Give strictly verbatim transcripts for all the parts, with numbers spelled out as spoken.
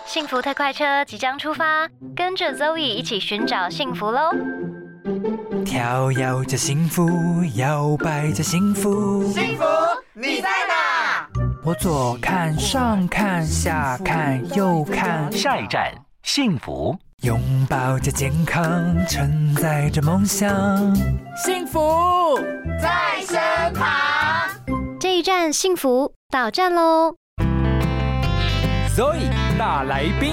幸福特快车即将出发，跟着 Zoe 一起寻找幸福喽！ 跳跃着幸福，摇摆着幸福， 幸福你在哪？ 我左看上看下看右看， 下一站幸福， 拥抱着健康，承载着梦想， 幸福在身旁。 这一站幸福到站喽 Zoe 大来宾。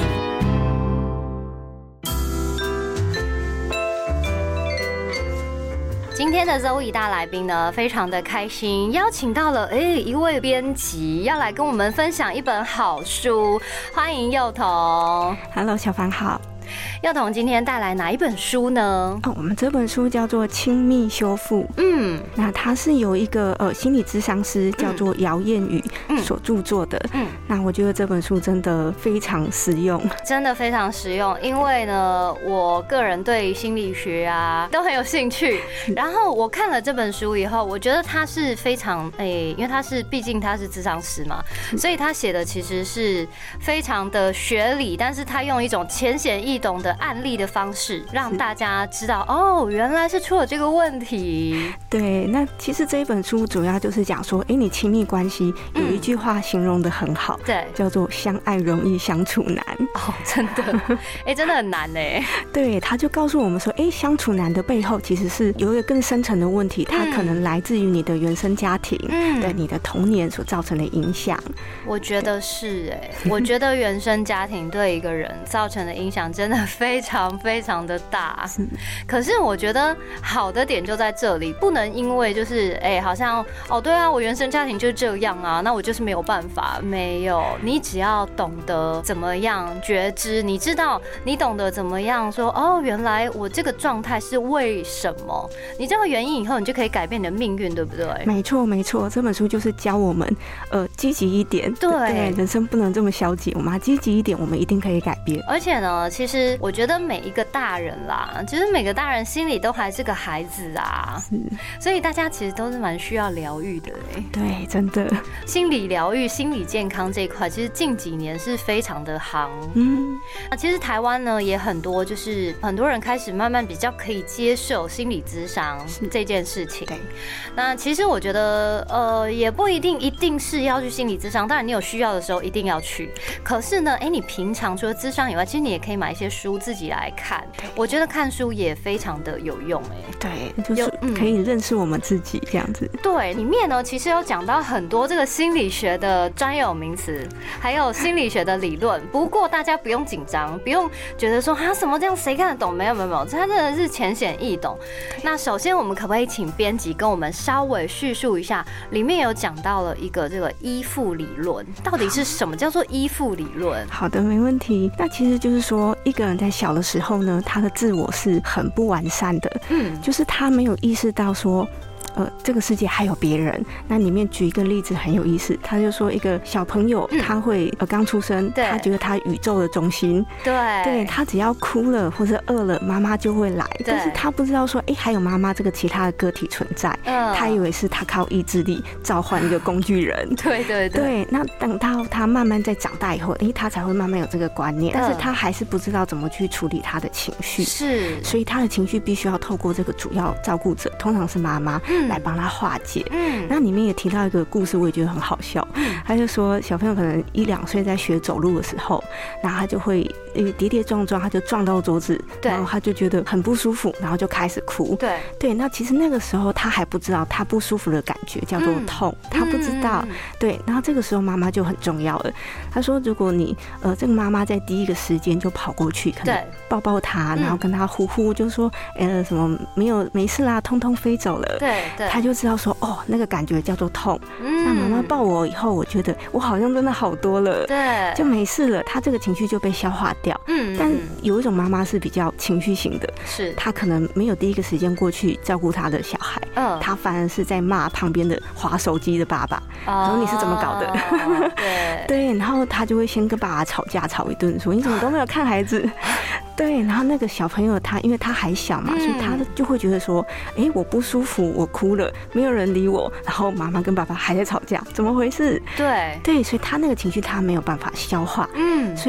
今天的 Zoe 大来宾呢，非常的开心，邀请到了哎一位编辑，要来跟我们分享一本好书，欢迎幼彤。 Hello， 小凡好。 幼彤今天带来哪一本书呢？ 哦，我们这本书叫做《亲密修复》。嗯，那它是由一个呃心理咨商师叫做姚燕宇所著作的。嗯，那我觉得这本书真的非常实用， 真的非常实用。因为呢，我个人对心理学啊都很有兴趣。然后我看了这本书以后，我觉得它是非常诶、欸，因为它是毕竟他是咨商师嘛，所以他写的其实是非常的学理，但是他用一种浅显易懂的案例的方式，让大家知道哦，原来是出了这个问题。 对，那其实这一本书主要就是讲说，哎、欸，你亲密关系有一句话形容得很好，对、嗯，叫做相爱容易相处难。 哦，真的，哎、欸，真的很难哎。 对，他就告诉我们说，哎、欸，相处难的背后其实是有一个更深层的问题，它可能来自于你的原生家庭，嗯，对你的童年所造成的影响。 我觉得是哎，我觉得原生家庭对一个人造成的影响真的非常非常的大。可是我觉得好的点就在这里，不能因为就是哎、欸，好像哦对啊，我原生家庭就是这样啊，那我就是没有办法。没有，你只要懂得怎么样觉知，你知道你懂得怎么样说哦，原来我这个状态是为什么？你知道原因以后，你就可以改变你的命运，对不对？ 没错没错，这本书就是教我们呃积极一点，对对，人生不能这么消极，我们要积极一点，我们一定可以改变。 而且呢，其实我觉得每一个大人啦，其实每个大人心里都还是个孩子啊，所以大家其实都是蛮需要疗愈的、欸。 对，真的， 心理疗愈、心理健康这一块，其实近几年是非常的夯。嗯，那其实台湾呢也很多，就是很多人开始慢慢比较可以接受心理諮商这件事情。对，那其实我觉得，呃，也不一定一定是要去心理諮商，当然你有需要的时候一定要去。可是呢，哎、欸，你平常除了諮商以外，其实你也可以买一些书自己来看。我觉得看书也非常的有用、欸，哎， 对，就是可以认识我们自己这样子。 嗯、对，里面呢其实有讲到很多这个心理学的专有名词，还有心理学的理论。不过大家不用紧张，不用觉得说啊什么这样谁看得懂？没有没有没有，它真的是浅显易懂。那首先我们可不可以请编辑跟我们稍微叙述一下，里面有讲到了一个这个依附理论，到底是什么叫做依附理论？ 好的，没问题。那其实就是说，一个人在小的时候呢，他的自我是很不完善的，嗯，就是他没有意识到说。呃，这个世界还有别人。那里面举一个例子很有意思，他就说一个小朋友，他会呃刚出生，他觉得他宇宙的中心，对，对他只要哭了或者饿了，妈妈就会来，但是他不知道说，哎、欸，还有妈妈这个其他的个体存在，嗯，他以为是他靠意志力召唤一个工具人， 对对 对, 对。那等到他慢慢在长大以后，哎、欸，他才会慢慢有这个观念，但是他还是不知道怎么去处理他的情绪，是，所以他的情绪必须要透过这个主要照顾者，通常是妈妈。嗯来帮他化解。嗯，那里面也提到一个故事，我也觉得很好笑。嗯，他就说小朋友可能一两岁在学走路的时候，然后他就会呃跌跌撞撞，他就撞到桌子，然后他就觉得很不舒服，然后就开始哭。对对，那其实那个时候他还不知道他不舒服的感觉叫做痛，嗯、他不知道。嗯、对，然后这个时候妈妈就很重要了。他说，如果你呃这个妈妈在第一个时间就跑过去，可能抱抱他，然后跟他呼呼，就说呃什么没有没事啦，通通飞走了。对。他就知道说，哦，那个感觉叫做痛。嗯，那妈妈抱我以后，我觉得我好像真的好多了，对，就没事了。他这个情绪就被消化掉。嗯，但有一种妈妈是比较情绪型的，是她可能没有第一个时间过去照顾她的小孩，嗯，她反而是在骂旁边的滑手机的爸爸，然后你是怎么搞的？对对，然后她就会先跟爸爸吵架，吵一顿，说你怎么都没有看孩子。对，然后那个小朋友他因为他还小嘛，所以他就会觉得说，哎，我不舒服，我哭了，没有人理我，然后妈妈跟爸爸还在吵架，怎么回事？对对，所以他那个情绪他没有办法消化，嗯，所以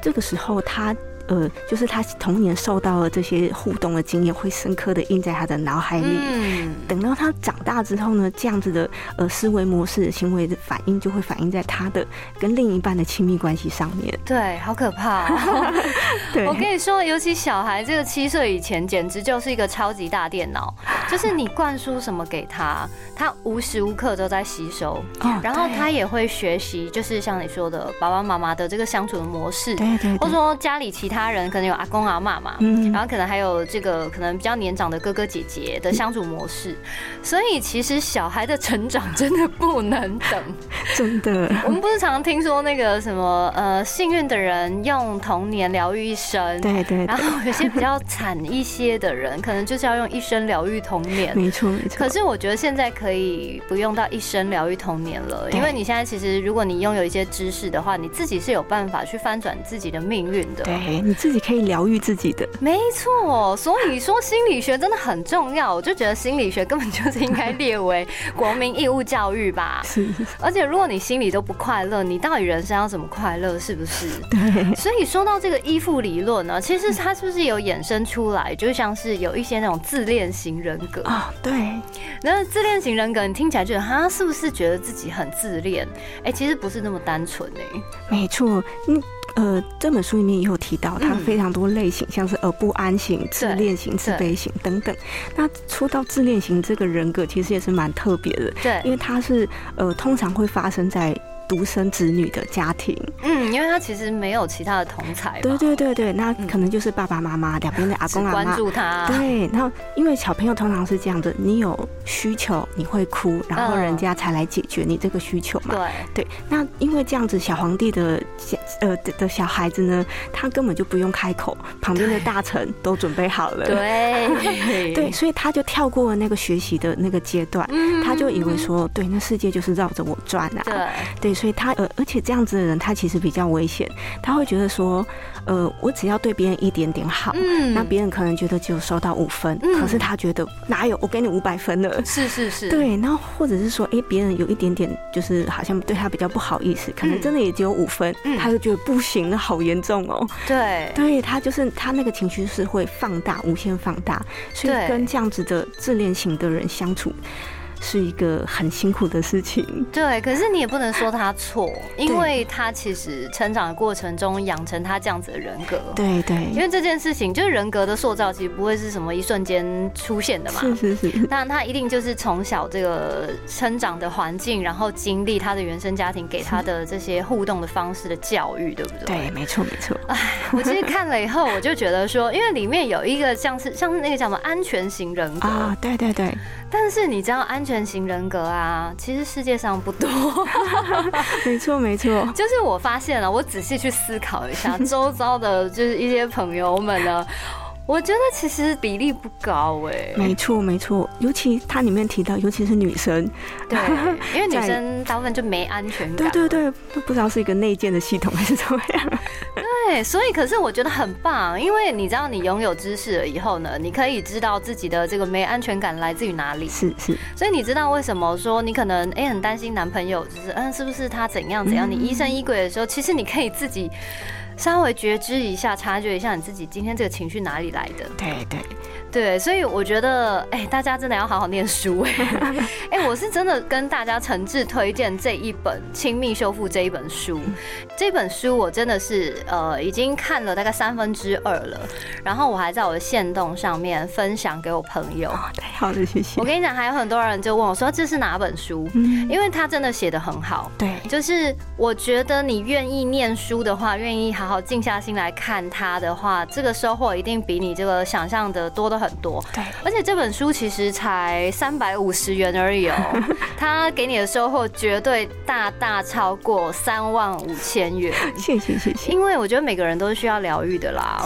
这个时候他。呃，就是他童年受到了这些互动的经验，会深刻的印在他的脑海里。嗯，等到他长大之后呢，这样子的呃思维模式、行为的反应，就会反映在他的跟另一半的亲密关系上面。 对，好可怕哦！我跟你说，尤其小孩这个七岁以前，简直就是一个超级大电脑。就是你灌输什么给他，他无时无刻都在吸收。哦，然后他也会学习，就是像你说的，爸爸妈妈的这个相处的模式。 对 对, 對。 或者说家里其他。他人可能有阿公阿嬷嘛，嗯，然后可能还有这个可能比较年长的哥哥姐姐的相处模式，所以其实小孩的成长真的不能等， 真的。 我们不是常常听说那个什么呃，幸运的人用童年疗愈一生， 对 对, 對， 然后有些比较惨一些的人，可能就是要用一生疗愈童年， 没错没错。 可是我觉得现在可以不用到一生疗愈童年了，因为你现在其实如果你拥有一些知识的话，你自己是有办法去翻转自己的命运的。 对。你自己可以疗愈自己的， 没错。所以说心理学真的很重要，我就觉得心理学根本就是应该列为国民义务教育吧。 是。 而且如果你心里都不快乐，你到底人生要怎么快乐？是不是？ 对。 所以说到这个依附理论呢，其实它是不是有衍生出来，就像是有一些那种自恋型人格啊、哦？对。 那自恋型人格，你听起来觉得他是不是觉得自己很自恋？哎、欸，其实不是那么单纯哎。 没错。嗯。呃，这本书里面也有提到，它非常多类型，嗯、像是呃不安型、自恋型、自卑型等等。那说到自恋型这个人格，其实也是蛮特别的， 对， 因为它是呃通常会发生在独生子女的家庭， 嗯，因为他其实没有其他的同才， 对对对对，那可能就是爸爸妈妈两边的阿公阿嬷关注他， 对，然后因为小朋友通常是这样的，你有需求你会哭，然后人家才来解决你这个需求嘛，对对，那因为这样子，小皇帝的呃的小孩子呢，他根本就不用开口，旁边的大臣都准备好了， 对对，所以他就跳过了那个学习的那个阶段，他就以为说，对，那世界就是绕着我转啊，对对。所以他呃，而且这样子的人，他其实比较危险。他会觉得说，呃，我只要对别人一点点好，嗯，那别人可能觉得只有收到五分，嗯，可是他觉得哪有，我给你五百分了， 是是是， 对。然后或者是说，哎、欸，别人有一点点就是好像对他比较不好意思，可能真的也只有五分，嗯，他就觉得不行了，好严重哦。 对， 对他就是他那个情绪是会放大，无限放大，所以跟这样子的自恋型的人相处。是一个很辛苦的事情， 对。可是你也不能说他错，因为他其实成长的过程中养成他这样子的人格， 对对。 因为这件事情就是人格的塑造，其实不会是什么一瞬间出现的嘛， 是是是。 当然他一定就是从小这个成长的环境，然后经历他的原生家庭给他的这些互动的方式的教育，对不对？ 对，没错没错。 哎，我其实看了以后，我就觉得说，因为里面有一个像是像是那个叫什么安全型人格啊，对对对。 但是你知道安全型人格啊，其实世界上不多。 没错没错， 就是我发现了，我仔细去思考一下，周遭的就是一些朋友们呢。我觉得其实比例不高哎、欸， 没错没错，尤其它里面提到，尤其是女生， 对，因为女生大部分就没安全感， 对对对，不知道是一个内建的系统还是怎么样。 对，所以可是我觉得很棒，因为你知道你拥有知识了以后呢，你可以知道自己的这个没安全感来自于哪里， 是是， 所以你知道为什么说你可能哎、欸、很担心男朋友，就是嗯是不是他怎样怎样，嗯、你疑神疑鬼的时候，其实你可以自己。稍微觉知一下，察觉一下你自己今天这个情绪哪里来的。 对对对，所以我觉得，哎、欸，大家真的要好好念书哎、欸。哎、欸，我是真的跟大家诚挚推荐这一本《亲密修复》这一本书。这本书我真的是呃已经看了大概三分之二了，然后我还在我的限动上面分享给我朋友。 太好了，谢谢。 我跟你讲，还有很多人就问我说这是哪本书？嗯，因为他真的写得很好。 对， 就是我觉得你愿意念书的话，愿意好好静下心来看它的话，这个收获一定比你这个想象的多的很多。 对， 而且这本书其实才三百五十元而已哦，它给你的收获绝对大大超过三万五千元。 谢谢谢谢。 因为我觉得每个人都是需要疗愈的啦。 是。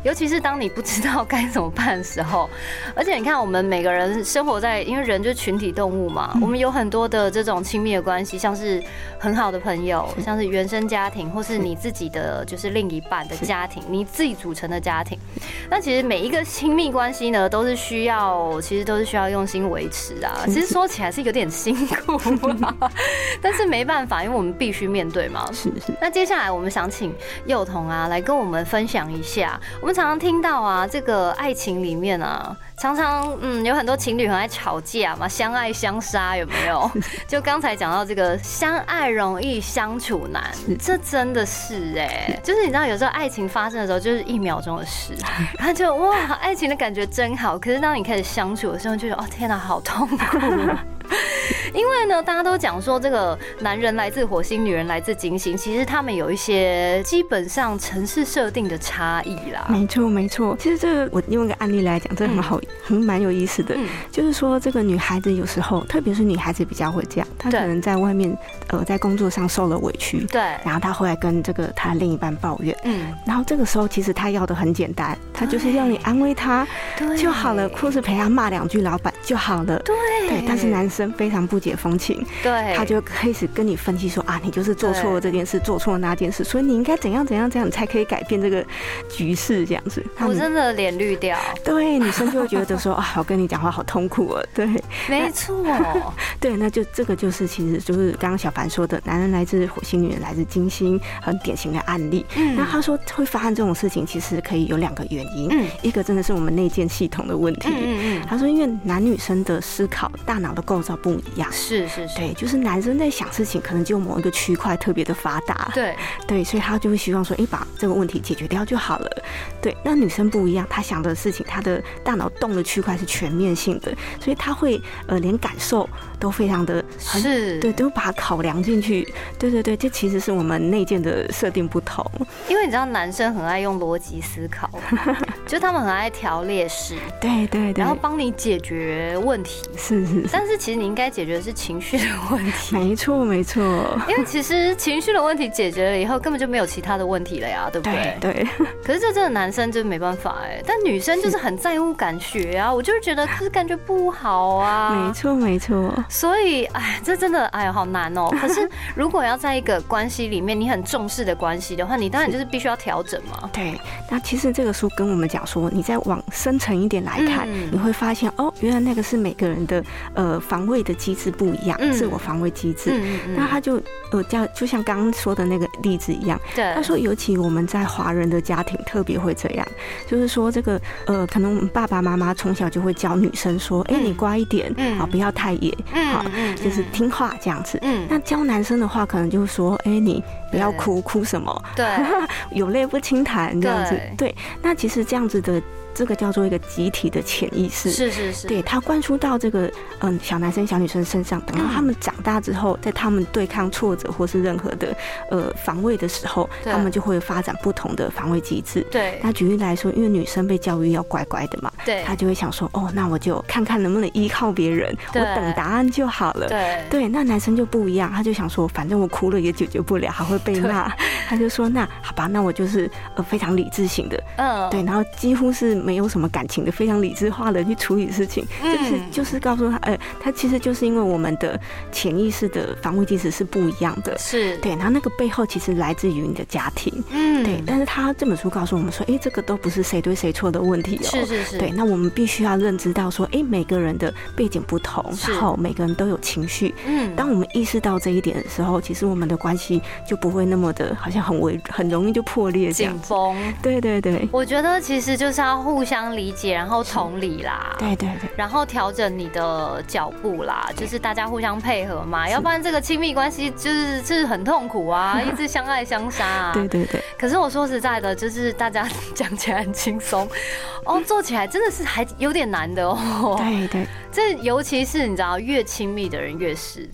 尤其是当你不知道该怎么办的时候，而且你看，我们每个人生活在，因为人就是群体动物嘛，嗯、我们有很多的这种亲密的关系，像是很好的朋友，像是原生家庭，或是你自己的就是另一半的家庭，你自己组成的家庭。那其实每一个亲密关系呢，都是需要，其实都是需要用心维持啊。其实说起来是有点辛苦啦，但是没办法，因为我们必须面对嘛。 是是。 那接下来我们想请幼童啊来跟我们分享一下，我们常常听到啊，这个爱情里面啊，常常嗯有很多情侣很爱吵架嘛，相爱相杀有没有？就刚才讲到这个相爱容易相处难，这真的是哎、欸，就是你知道有时候爱情发生的时候就是一秒钟的事，然后就哇爱情的感觉真好，可是当你开始相处的时候，就觉得哦天哪，好痛苦。因为呢，大家都讲说这个男人来自火星，女人来自金星，其实他们有一些基本上程式设定的差异啦。 没错，没错。其实这个我用一个案例来讲，这很好，很蛮有意思的。嗯、就是说，这个女孩子有时候，特别是女孩子比较会这样，她可能在外面呃在工作上受了委屈， 对， 然后她回来跟这个她的另一半抱怨，嗯，然后这个时候其实她要的很简单，她就是要你安慰她就好了，或是陪她骂两句老板就好了， 对， 对。但是男生非常不解风情， 对， 他就开始跟你分析说啊，你就是做错了这件事，做错了那件事，所以你应该怎样怎样怎样，你才可以改变这个局势这样子。 我真的脸绿掉。 对，女生就会觉得说啊，我跟你讲话好痛苦哦。对， 没错。 对，那就这个就是其实就是刚刚小凡说的，男人来自火星，女人来自金星，很典型的案例。嗯，那他说会发生这种事情，其实可以有两个原因。嗯，一个真的是我们内建系统的问题。嗯嗯嗯。他说，因为男女生的思考大脑的构造不一样。 是是是。 对，就是男生在想事情，可能就某一个区块特别的发达。 对对，所以他就会希望说，哎、欸，把这个问题解决掉就好了。对，那女生不一样，她想的事情，她的大脑动的区块是全面性的，所以她会呃连感受都非常的是， 对，都把它考量进去。对对对，这其实是我们内建的设定不同。 因为你知道，男生很爱用逻辑思考，就他们很爱条列式， 对对对， 然后帮你解决问题。 是是是， 但是其实你应该解决的是情绪的问题。 没错没错， 因为其实情绪的问题解决了以后，根本就没有其他的问题了呀，对不对？ 对。对可是这真的男生就没办法哎、欸，但女生就是很在乎感觉啊，我就是觉得可是感觉不好啊。 没错没错。 所以哎，这真的哎好难哦、喔。可是如果要在一个关系里面，你很重视的关系的话，你当然就是必须要调整嘛。 对，那其实这个书跟我们讲说，你再往深层一点来看，嗯、你会发现哦，原来那个是每个人的呃防卫的机制不一样，嗯、自我防卫机制。嗯嗯、那他就呃叫就像刚刚说的那个例子一样， 对， 他说尤其我们在华人的家庭特别会这样，就是说这个呃可能我们爸爸妈妈从小就会教女生说，哎、欸，你乖一点，嗯、好不要太野，好、嗯、就是听话这样子。嗯，那教男生的话，可能就说，哎、欸，你不要哭，哭什么？ 对， 有泪不轻弹这样子。对，那其实这样子的。这个叫做一个集体的潜意识， 是是是， 对，它灌输到这个嗯小男生小女生身上，等到他们长大之后，在他们对抗挫折或是任何的呃防卫的时候，他们就会发展不同的防卫机制。 对， 那举例来说，因为女生被教育要乖乖的嘛， 对， 她就会想说，哦，那我就看看能不能依靠别人，我等答案就好了。 对， 对，那男生就不一样，他就想说，反正我哭了也解决不了，还会被骂，他就说，那好吧，那我就是呃非常理智型的，嗯，对，然后几乎是没有什么感情的，非常理智化的去处理事情，嗯、就是就是告诉他，呃，他其实就是因为我们的潜意识的防卫机制是不一样的， 是对， 然后那个背后其实来自于你的家庭，嗯，对，但是他这本书告诉我们说，哎、欸，这个都不是谁对谁错的问题哦、喔， 是是是， 对，那我们必须要认知到说，哎、欸，每个人的背景不同，然后每个人都有情绪，嗯，当我们意识到这一点的时候，其实我们的关系就不会那么的好像很微很容易就破裂这样， 紧绷， 对对对， 我觉得其实就是要互相理解，然后同理啦， 对对对， 然后调整你的脚步啦，就是大家互相配合嘛，要不然这个亲密关系就是是很痛苦啊，一直相爱相杀啊。 对对对。 可是我说实在的，就是大家讲起来很轻松，哦，做起来真的是还有点难的哦。 对对， 这尤其是你知道，越亲密的人越是。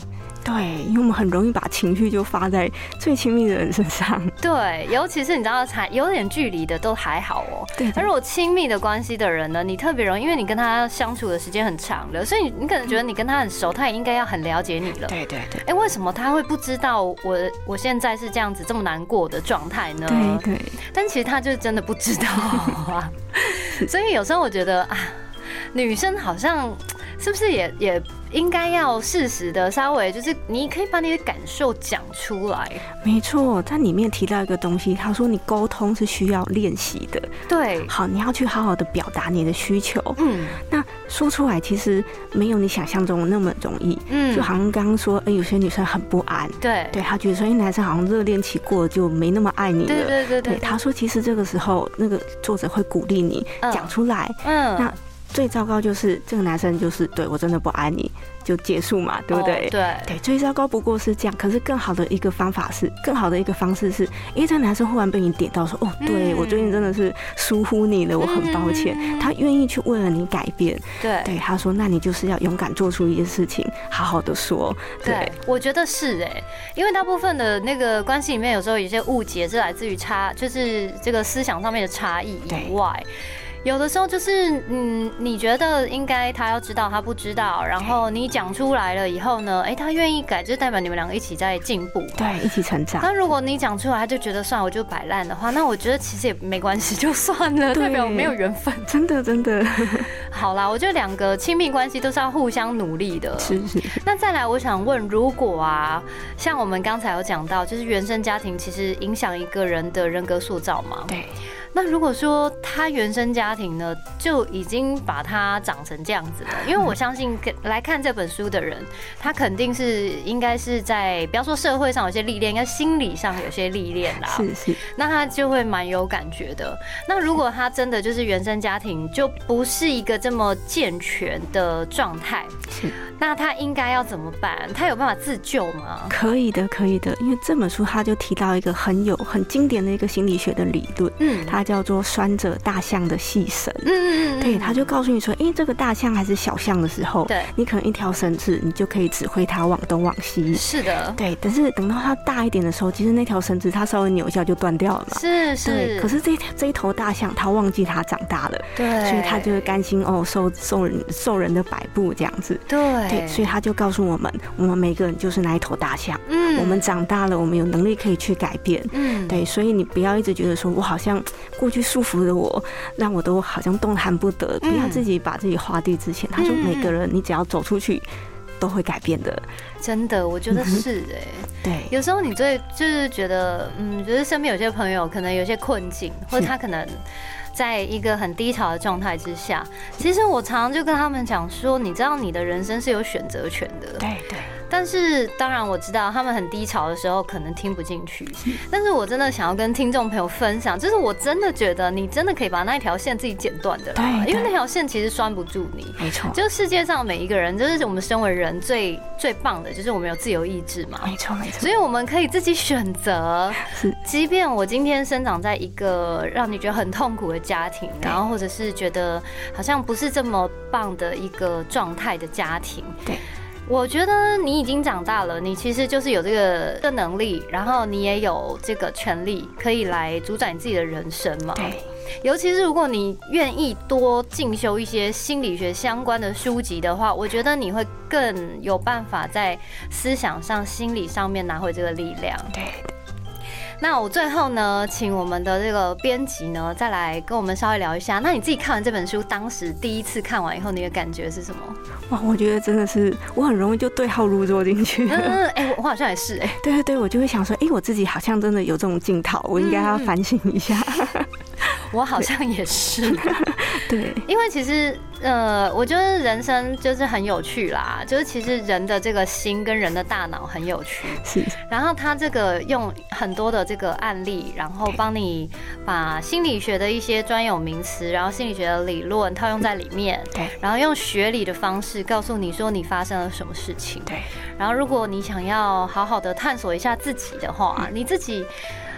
对，因为我们很容易把情绪就发在最亲密的人身上。 对，尤其是你知道，才有点距离的都还好哦。 对。 而如果亲密的关系的人呢，你特别容易，因为你跟他相处的时间很长了，所以你可能觉得你跟他很熟，他也应该要很了解你了。 对对对。 哎，为什么他会不知道我我现在是这样子这么难过的状态呢？ 对对。 但其实他就是真的不知道啊。所以有时候我觉得啊，女生好像是不是也也应该要适时的稍微就是你可以把你的感受讲出来。 没错，在里面提到一个东西，他说你沟通是需要练习的。 对， 好，你要去好好的表达你的需求。 嗯， 那说出来其实没有你想象中那么容易。嗯，就好像刚刚说，哎、欸，有些女生很不安。 对， 对，她觉得说，哎、欸，男生好像热恋期过了就没那么爱你了。 对对对 对, 對。他说，其实这个时候那个作者会鼓励你讲、嗯、出来。嗯，那。最糟糕就是这个男生就是对我真的不爱你，就结束嘛，对不对？ 哦、对对，最糟糕不过是这样。可是更好的一个方法是，更好的一个方式是，因为这个男生忽然被你点到说，哦，对、嗯、我最近真的是疏忽你了，我很抱歉。嗯、他愿意去为了你改变。 对对，他说，那你就是要勇敢做出一些事情，好好的说。对， 对我觉得是哎、欸，因为大部分的那个关系里面，有时候有一些误解是来自于差，就是这个思想上面的差异以外。有的时候就是，嗯，你觉得应该他要知道，他不知道，然后你讲出来了以后呢，哎、欸，他愿意改，就代表你们两个一起在进步， 对，一起成长。 那如果你讲出来，他就觉得算了，我就摆烂的话，那我觉得其实也没关系，就算了，代表没有缘分。 真的，真的。 好啦，我觉得两个亲密关系都是要互相努力的。 是是。 那再来，我想问，如果啊，像我们刚才有讲到，就是原生家庭其实影响一个人的人格塑造嘛？ 对。 那如果说他原生家庭呢，就已经把他长成这样子了，因为我相信来看这本书的人，他肯定是应该是在不要说社会上有些历练，应该心理上有些历练啦。 是是。 那他就会蛮有感觉的。那如果他真的就是原生家庭就不是一个这么健全的状态， 是， 那他应该要怎么办？他有办法自救吗？ 可以的，可以的。因为这本书他就提到一个很有很经典的一个心理学的理论，嗯，它叫做拴着大象的细绳。嗯嗯嗯，对，他就告诉你说，哎、欸，这个大象还是小象的时候，对，你可能一条绳子，你就可以指挥它往东往西。 是的， 对。但是等到它大一点的时候，其实那条绳子它稍微扭一下就断掉了嘛。 是是。 对。可是这这一头大象，它忘记它长大了， 对， 所以它就会甘心哦受受人受人的摆布这样子。 对对，所以他就告诉我们，我们每个人就是那一头大象。嗯，我们长大了，我们有能力可以去改变。嗯，对，所以你不要一直觉得说我好像过去束缚的我，让我都好像动弹不得。不要自己把自己画地自限。他说，每个人你只要走出去，都会改变的。 真的，我觉得是哎、欸嗯。 对， 有时候你最就是觉得，嗯，觉得身边有些朋友可能有些困境，或者他可能在一个很低潮的状态之下，其实我常常就跟他们讲说，你知道你的人生是有选择权的。 对对。 但是当然我知道他们很低潮的时候可能听不进去，但是我真的想要跟听众朋友分享，就是我真的觉得你真的可以把那条线自己剪断的啦，因为那条线其实拴不住你。 没错， 就是世界上每一个人，就是我们身为人最最棒的，就是我们有自由意志嘛。 没错没错， 所以我们可以自己选择。 是， 即便我今天生长在一个让你觉得很痛苦的家庭，然后或者是觉得好像不是这么棒的一个状态的家庭， 对。 我觉得你已经长大了，你其实就是有这个的能力，然后你也有这个权利可以来主宰你自己的人生嘛。 对， 尤其是如果你愿意多进修一些心理学相关的书籍的话，我觉得你会更有办法在思想上、心理上面拿回这个力量。 对。 那我最后呢，请我们的这个编辑呢，再来跟我们稍微聊一下。那你自己看完这本书，当时第一次看完以后，你的感觉是什么？ 哇，我觉得真的是，我很容易就对号入座进去。 嗯，哎、欸，我好像也是、欸，哎， 对对对，我就会想说，哎、欸，我自己好像真的有这种镜头，我应该要反省一下。嗯、 我好像也是， 对， 因为其实。呃，我觉得人生就是很有趣啦，就是其实人的这个心跟人的大脑很有趣， 是。 然后他这个用很多的这个案例，然后帮你把心理学的一些专有名词，然后心理学的理论套用在里面， 对。 然后用学理的方式告诉你说你发生了什么事情， 对。 然后如果你想要好好的探索一下自己的话，你自己。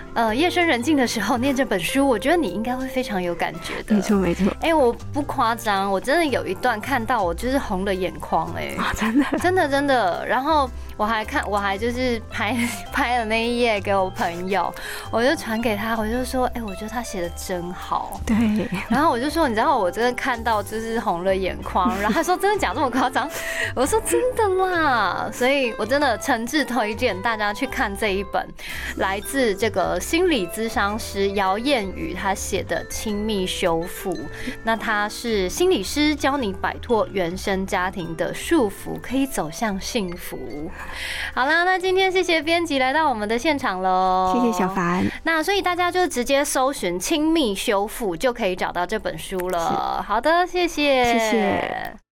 呃夜深人静的时候念这本书，我觉得你应该会非常有感觉的。 没错没错。 哎、欸，我不夸张，我真的有一段看到我就是红了眼眶、欸，哎、 哦，真的真的真的。然后我还看，我还就是拍拍了那一页给我朋友，我就传给他，我就说，哎、欸，我觉得他写的真好。 对。 然后我就说，你知道我真的看到就是红了眼眶。然后他说，真的假这么夸张？我说真的啦。所以我真的诚挚推荐大家去看这一本，来自这个心理咨商师姚燕宇他写的《亲密修复》。那他是心理师，教你摆脱原生家庭的束缚，可以走向幸福。好啦，那今天谢谢编辑来到我们的现场喽， 谢谢小凡。 那所以大家就直接搜寻《亲密修复》就可以找到这本书了。好的，谢谢， 谢谢。